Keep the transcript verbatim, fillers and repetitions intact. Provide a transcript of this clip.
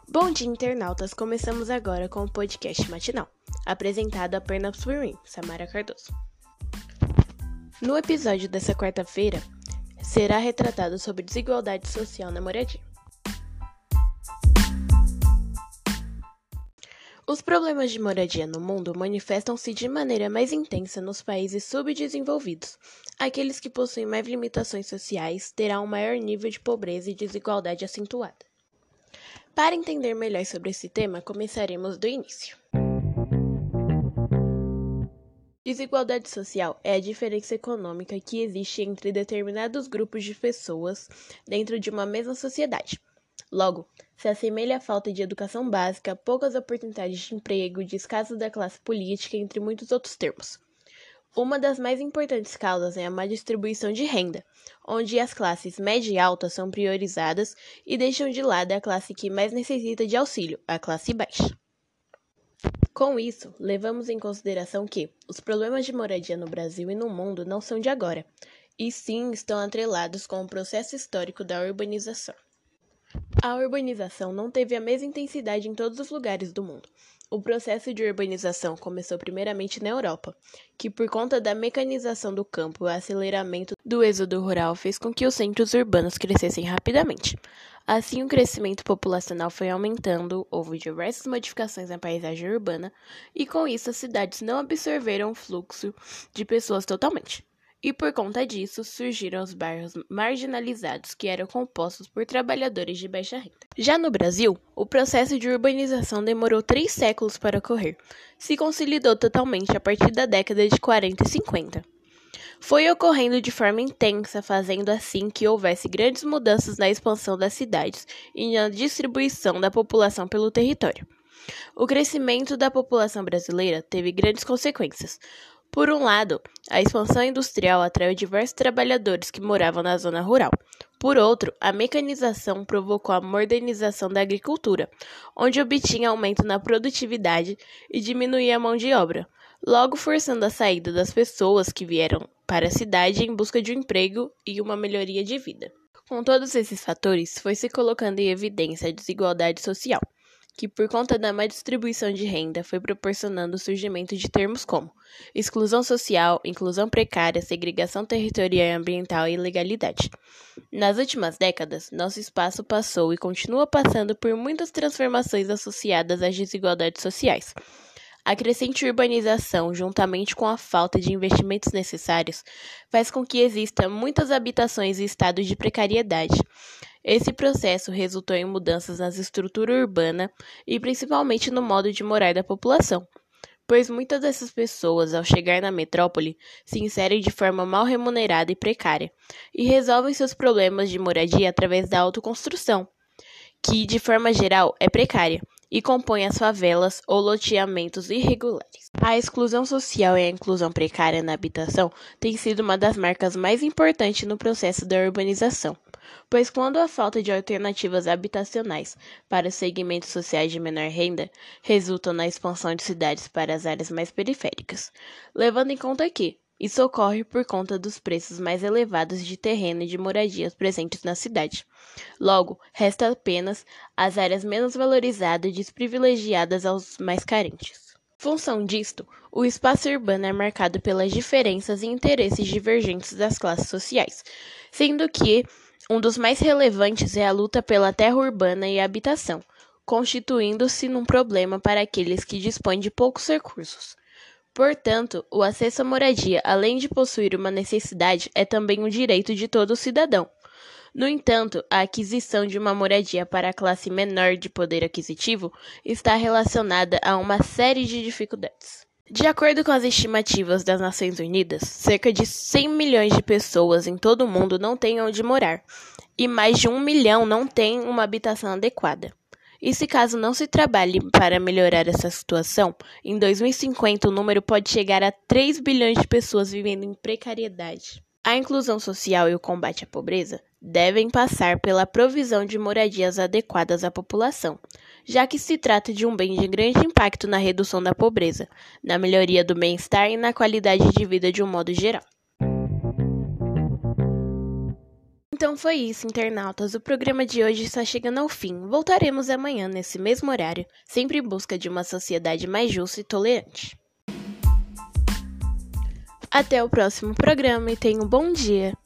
Bom dia, internautas! Começamos agora com o podcast matinal, apresentado apenas por mim, Samara Cardoso. No episódio dessa quarta-feira, será retratado sobre desigualdade social na moradia. Os problemas de moradia no mundo manifestam-se de maneira mais intensa nos países subdesenvolvidos. Aqueles que possuem mais limitações sociais terão um maior nível de pobreza e desigualdade acentuada. Para entender melhor sobre esse tema, começaremos do início. Desigualdade social é a diferença econômica que existe entre determinados grupos de pessoas dentro de uma mesma sociedade. Logo, se assemelha à falta de educação básica, poucas oportunidades de emprego, descaso da classe política, entre muitos outros termos. Uma das mais importantes causas é a má distribuição de renda, onde as classes média e alta são priorizadas e deixam de lado a classe que mais necessita de auxílio, a classe baixa. Com isso, levamos em consideração que os problemas de moradia no Brasil e no mundo não são de agora, e sim estão atrelados com o processo histórico da urbanização. A urbanização não teve a mesma intensidade em todos os lugares do mundo. O processo de urbanização começou primeiramente na Europa, que por conta da mecanização do campo e o aceleramento do êxodo rural fez com que os centros urbanos crescessem rapidamente. Assim, o crescimento populacional foi aumentando, houve diversas modificações na paisagem urbana e com isso as cidades não absorveram o fluxo de pessoas totalmente. E por conta disso, surgiram os bairros marginalizados, que eram compostos por trabalhadores de baixa renda. Já no Brasil, o processo de urbanização demorou três séculos para ocorrer. Se consolidou totalmente a partir da década de quarenta e cinquenta. Foi ocorrendo de forma intensa, fazendo assim que houvesse grandes mudanças na expansão das cidades e na distribuição da população pelo território. O crescimento da população brasileira teve grandes consequências. Por um lado, a expansão industrial atraiu diversos trabalhadores que moravam na zona rural. Por outro, a mecanização provocou a modernização da agricultura, onde obtinha aumento na produtividade e diminuía a mão de obra, logo forçando a saída das pessoas que vieram para a cidade em busca de um emprego e uma melhoria de vida. Com todos esses fatores, foi se colocando em evidência a desigualdade social, que por conta da má distribuição de renda foi proporcionando o surgimento de termos como exclusão social, inclusão precária, segregação territorial e ambiental e ilegalidade. Nas últimas décadas, nosso espaço passou e continua passando por muitas transformações associadas às desigualdades sociais. A crescente urbanização, juntamente com a falta de investimentos necessários, faz com que existam muitas habitações em estado de precariedade. Esse processo resultou em mudanças na estrutura urbana e principalmente no modo de morar da população, pois muitas dessas pessoas, ao chegar na metrópole, se inserem de forma mal remunerada e precária e resolvem seus problemas de moradia através da autoconstrução, que, de forma geral, é precária e compõe as favelas ou loteamentos irregulares. A exclusão social e a inclusão precária na habitação tem sido uma das marcas mais importantes no processo da urbanização, pois quando a falta de alternativas habitacionais para os segmentos sociais de menor renda resulta na expansão de cidades para as áreas mais periféricas, levando em conta que isso ocorre por conta dos preços mais elevados de terreno e de moradias presentes na cidade. Logo, resta apenas as áreas menos valorizadas e desprivilegiadas aos mais carentes. Função disto, o espaço urbano é marcado pelas diferenças e interesses divergentes das classes sociais, sendo que um dos mais relevantes é a luta pela terra urbana e a habitação, constituindo-se num problema para aqueles que dispõem de poucos recursos. Portanto, o acesso à moradia, além de possuir uma necessidade, é também um direito de todo cidadão. No entanto, a aquisição de uma moradia para a classe menor de poder aquisitivo está relacionada a uma série de dificuldades. De acordo com as estimativas das Nações Unidas, cerca de cem milhões de pessoas em todo o mundo não têm onde morar, e mais de um milhão não têm uma habitação adequada. E se caso não se trabalhe para melhorar essa situação, em dois mil e cinquenta o número pode chegar a três bilhões de pessoas vivendo em precariedade. A inclusão social e o combate à pobreza devem passar pela provisão de moradias adequadas à população, já que se trata de um bem de grande impacto na redução da pobreza, na melhoria do bem-estar e na qualidade de vida de um modo geral. Então foi isso, internautas. O programa de hoje está chegando ao fim. Voltaremos amanhã, nesse mesmo horário, sempre em busca de uma sociedade mais justa e tolerante. Até o próximo programa e tenha um bom dia.